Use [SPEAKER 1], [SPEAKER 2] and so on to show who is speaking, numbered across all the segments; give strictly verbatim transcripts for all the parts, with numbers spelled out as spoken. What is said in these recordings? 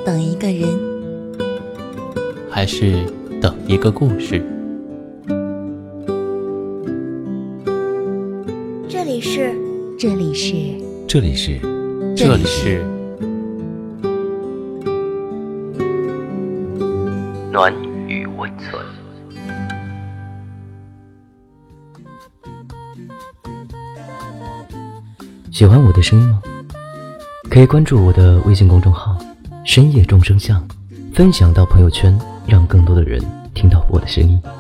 [SPEAKER 1] 等一个人，
[SPEAKER 2] 还是等一个故事？
[SPEAKER 1] 这里是，这里是，
[SPEAKER 3] 这里是，
[SPEAKER 2] 这里是暖与温存。
[SPEAKER 3] 喜欢我的声音吗？可以关注我的微信公众号深夜众生相，分享到朋友圈，让更多的人听到我的声音。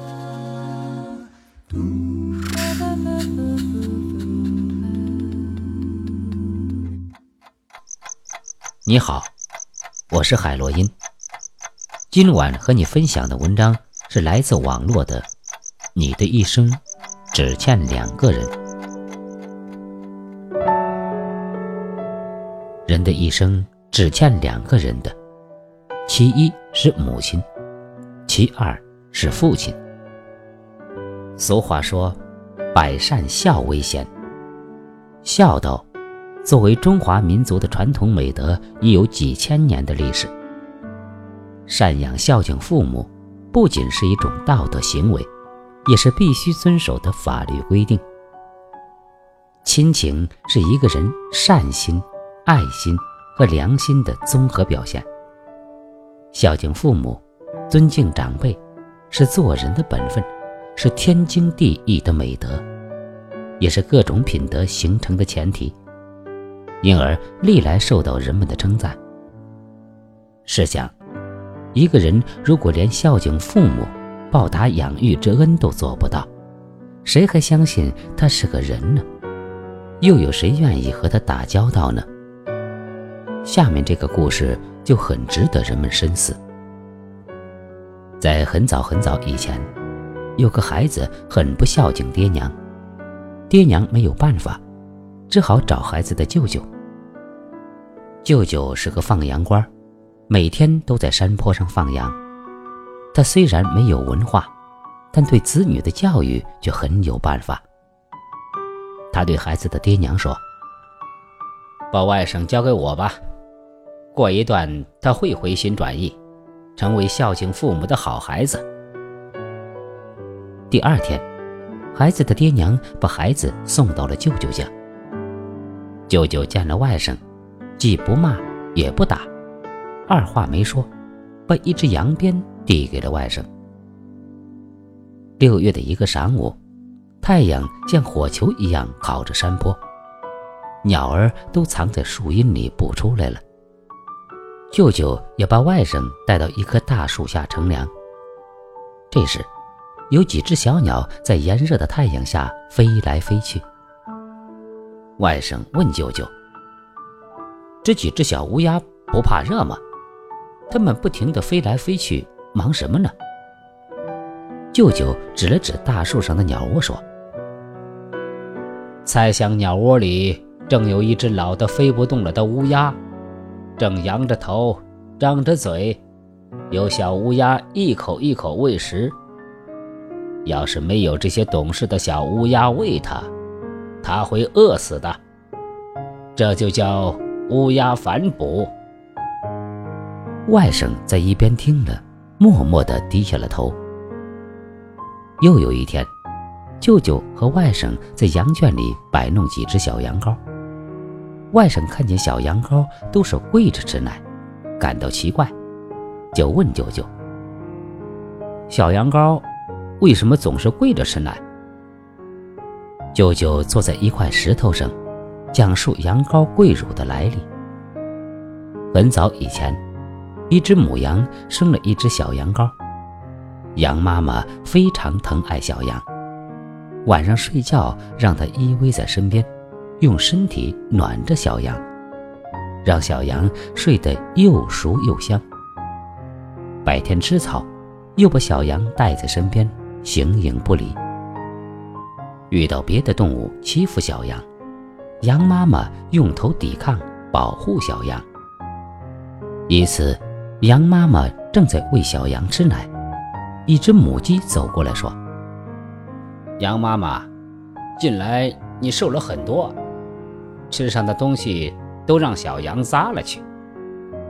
[SPEAKER 4] 你好，我是海洛因。今晚和你分享的文章是来自网络的《你的一生只欠两个人》。人的一生只欠两个人的，其一是母亲，其二是父亲。俗话说，百善孝为先。孝道作为中华民族的传统美德，已有几千年的历史。赡养孝敬父母不仅是一种道德行为，也是必须遵守的法律规定。亲情是一个人善心、爱心和良心的综合表现。孝敬父母、尊敬长辈，是做人的本分，是天经地义的美德，也是各种品德形成的前提，因而历来受到人们的称赞。试想，一个人如果连孝敬父母、报答养育之恩都做不到，谁还相信他是个人呢？又有谁愿意和他打交道呢？下面这个故事就很值得人们深思。在很早很早以前，有个孩子很不孝敬爹娘，爹娘没有办法，只好找孩子的舅舅。舅舅是个放羊官，每天都在山坡上放羊。他虽然没有文化，但对子女的教育却很有办法。他对孩子的爹娘说：“把外甥交给我吧，过一段他会回心转意，成为孝敬父母的好孩子。”第二天，孩子的爹娘把孩子送到了舅舅家。舅舅见了外甥，既不骂也不打，二话没说，把一只羊鞭递给了外甥。六月的一个晌午，太阳像火球一样烤着山坡，鸟儿都藏在树荫里不出来了。舅舅也把外甥带到一棵大树下乘凉。这时，有几只小鸟在炎热的太阳下飞来飞去。外甥问舅舅：“这几只小乌鸦不怕热吗？它们不停地飞来飞去，忙什么呢？”舅舅指了指大树上的鸟窝说：“猜想鸟窝里正有一只老得飞不动了的乌鸦，正扬着头张着嘴，有小乌鸦一口一口喂食。要是没有这些懂事的小乌鸦喂它，它会饿死的。这就叫乌鸦反哺。”外甥在一边听了，默默地低下了头。又有一天，舅舅和外甥在羊圈里摆弄几只小羊羔。外甥看见小羊羔都是跪着吃奶，感到奇怪，就问舅舅：“小羊羔为什么总是跪着吃奶？”舅舅坐在一块石头上，讲述羊羔跪乳的来历。很早以前，一只母羊生了一只小羊羔，羊妈妈非常疼爱小羊，晚上睡觉让它依偎在身边，用身体暖着小羊，让小羊睡得又熟又香。白天吃草，又把小羊带在身边，形影不离。遇到别的动物欺负小羊，羊妈妈用头抵抗，保护小羊。一次，羊妈妈正在喂小羊吃奶，一只母鸡走过来说：“羊妈妈，近来你瘦了很多，吃上的东西都让小羊咂了去。”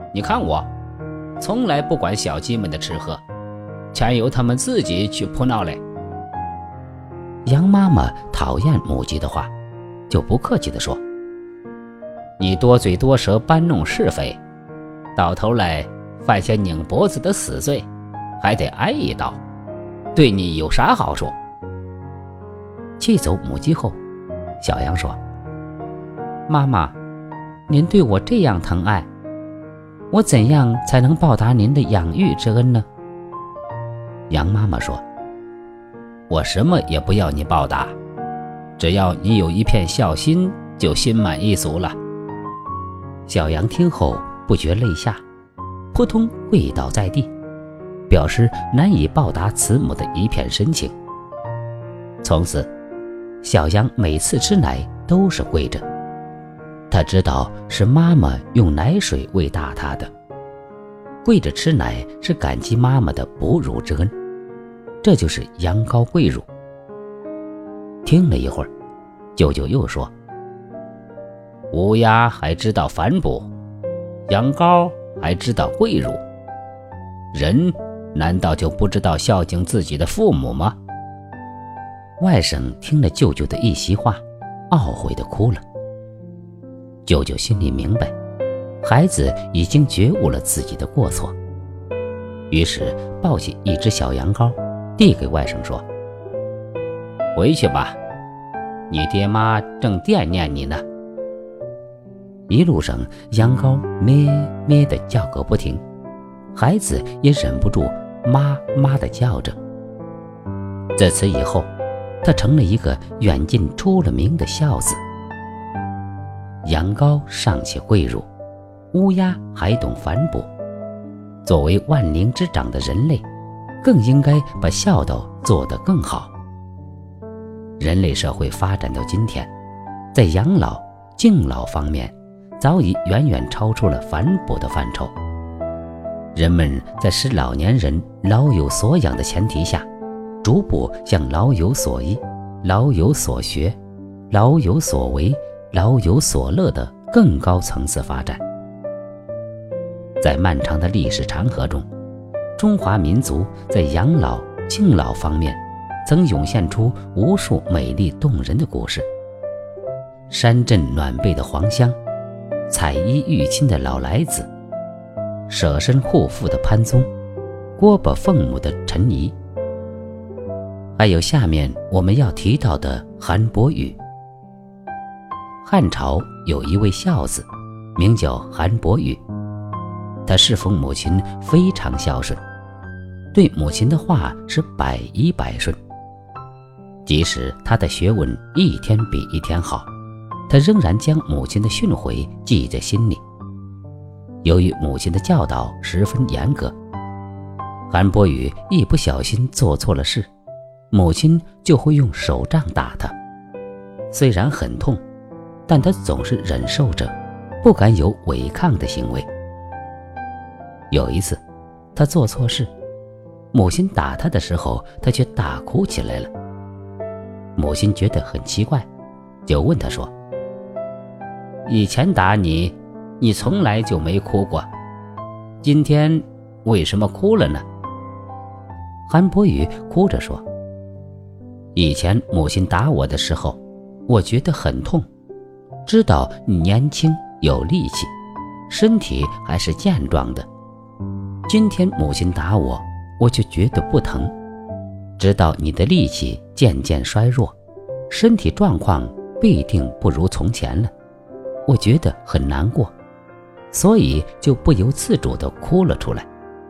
[SPEAKER 4] 你看我，从来不管小鸡们的吃喝，全由他们自己去扑闹嘞。羊妈妈讨厌母鸡的话，就不客气地说：你多嘴多舌搬弄是非，到头来犯下拧脖子的死罪，还得挨一刀，对你有啥好处？气走母鸡后，小羊说：妈妈，您对我这样疼爱，我怎样才能报答您的养育之恩呢？羊妈妈说：我什么也不要你报答，只要你有一片孝心，就心满意足了。小羊听后不觉泪下，扑通跪倒在地，表示难以报答慈母的一片深情。从此，小羊每次吃奶都是跪着，他知道是妈妈用奶水喂大他的，跪着吃奶是感激妈妈的哺乳之恩，这就是羊羔跪乳。听了一会儿，舅舅又说：乌鸦还知道反哺，羊羔还知道跪乳，人难道就不知道孝敬自己的父母吗？外甥听了舅舅的一席话，懊悔地哭了。舅舅心里明白，孩子已经觉悟了自己的过错，于是抱起一只小羊羔，递给外甥说：回去吧，你爹妈正惦念你呢。一路上，羊羔咩咩地叫个不停，孩子也忍不住妈妈地叫着。自此以后，他成了一个远近出了名的孝子。羊羔尚且跪乳，乌鸦还懂反哺，作为万灵之长的人类，更应该把孝道做得更好。人类社会发展到今天，在养老、敬老方面，早已远远超出了反哺的范畴。人们在使老年人老有所养的前提下，逐步向老有所依、老有所学、老有所为、老有所乐的更高层次发展。在漫长的历史长河中，中华民族在养老、敬老方面曾涌现出无数美丽动人的故事。山镇暖被的黄香，彩衣玉亲的老来子，舍身护父的潘宗，锅巴奉母的陈仪，还有下面我们要提到的韩伯禹。汉朝有一位孝子，名叫韩伯禹，他侍奉母亲非常孝顺，对母亲的话是百依百顺。即使他的学问一天比一天好，他仍然将母亲的训诲记在心里。由于母亲的教导十分严格，韩伯禹一不小心做错了事，母亲就会用手杖打他。虽然很痛，但他总是忍受着，不敢有违抗的行为。有一次，他做错事，母亲打他的时候，他却大哭起来了。母亲觉得很奇怪，就问他说：以前打你，你从来就没哭过，今天为什么哭了呢？韩伯禹哭着说：以前母亲打我的时候，我觉得很痛，知道你年轻有力气，身体还是健壮的。今天母亲打我，我就觉得不疼，知道你的力气渐渐衰弱，身体状况必定不如从前了，我觉得很难过，所以就不由自主地哭了出来。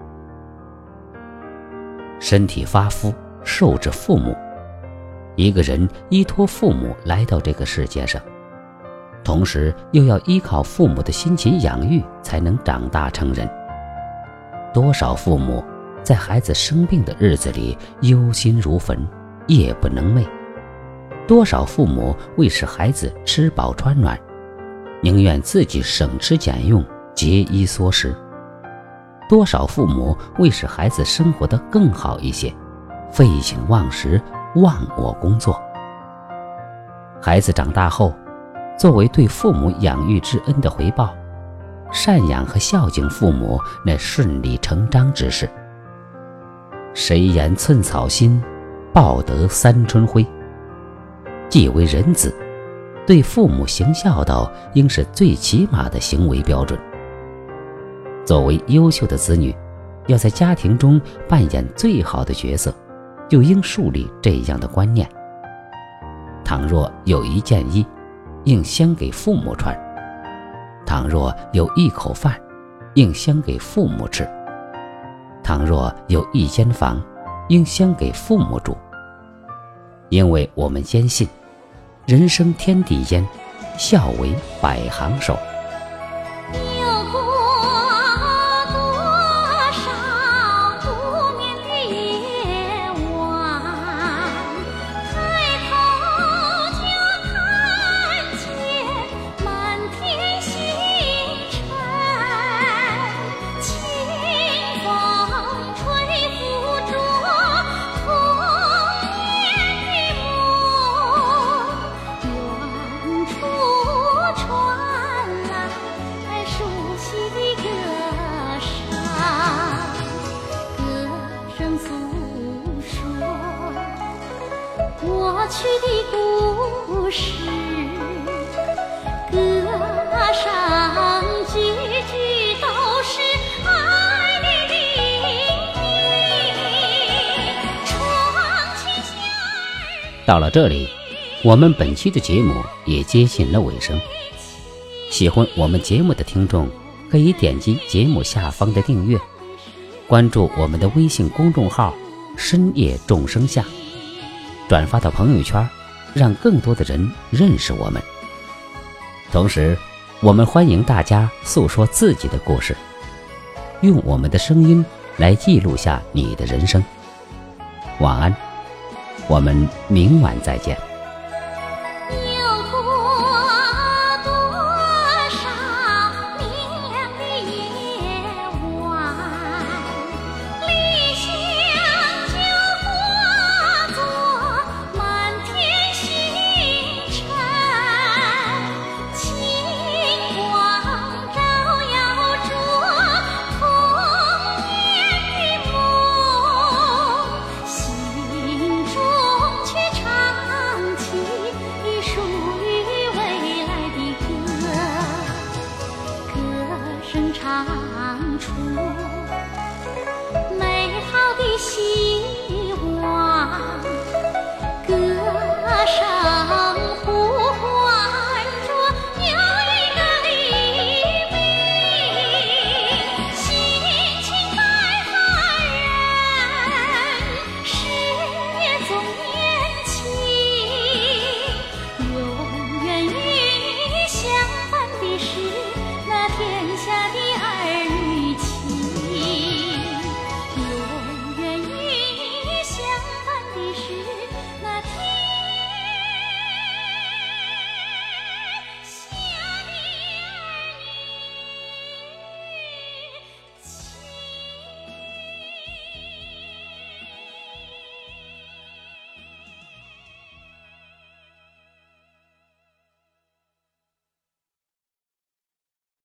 [SPEAKER 4] 身体发肤，受之父母。一个人依托父母来到这个世界上，同时又要依靠父母的辛勤养育才能长大成人。多少父母在孩子生病的日子里忧心如焚，夜不能寐；多少父母为使孩子吃饱穿暖，宁愿自己省吃俭用，节衣缩食；多少父母为使孩子生活得更好一些，废寝忘食，忘我工作。孩子长大后，作为对父母养育之恩的回报， 赡养和孝敬父母那顺理成章之事。谁言寸草心，报得三春晖。既为人子，对父母行孝道应是最起码的行为标准。作为优秀的子女，要在家庭中扮演最好的角色，就应树立这样的观念。倘若有一件衣，应先给父母穿；倘若有一口饭，应先给父母吃；倘若有一间房，应先给父母住。因为我们坚信，人生天地间，孝为百行首。
[SPEAKER 1] 过去的故事，歌上句句都是爱的淋漓。窗前小儿。
[SPEAKER 4] 到了这里，我们本期的节目也接近了尾声。喜欢我们节目的听众，可以点击节目下方的订阅，关注我们的微信公众号“深夜众生相”。转发到朋友圈，让更多的人认识我们。同时，我们欢迎大家诉说自己的故事，用我们的声音来记录下你的人生。晚安，我们明晚再见。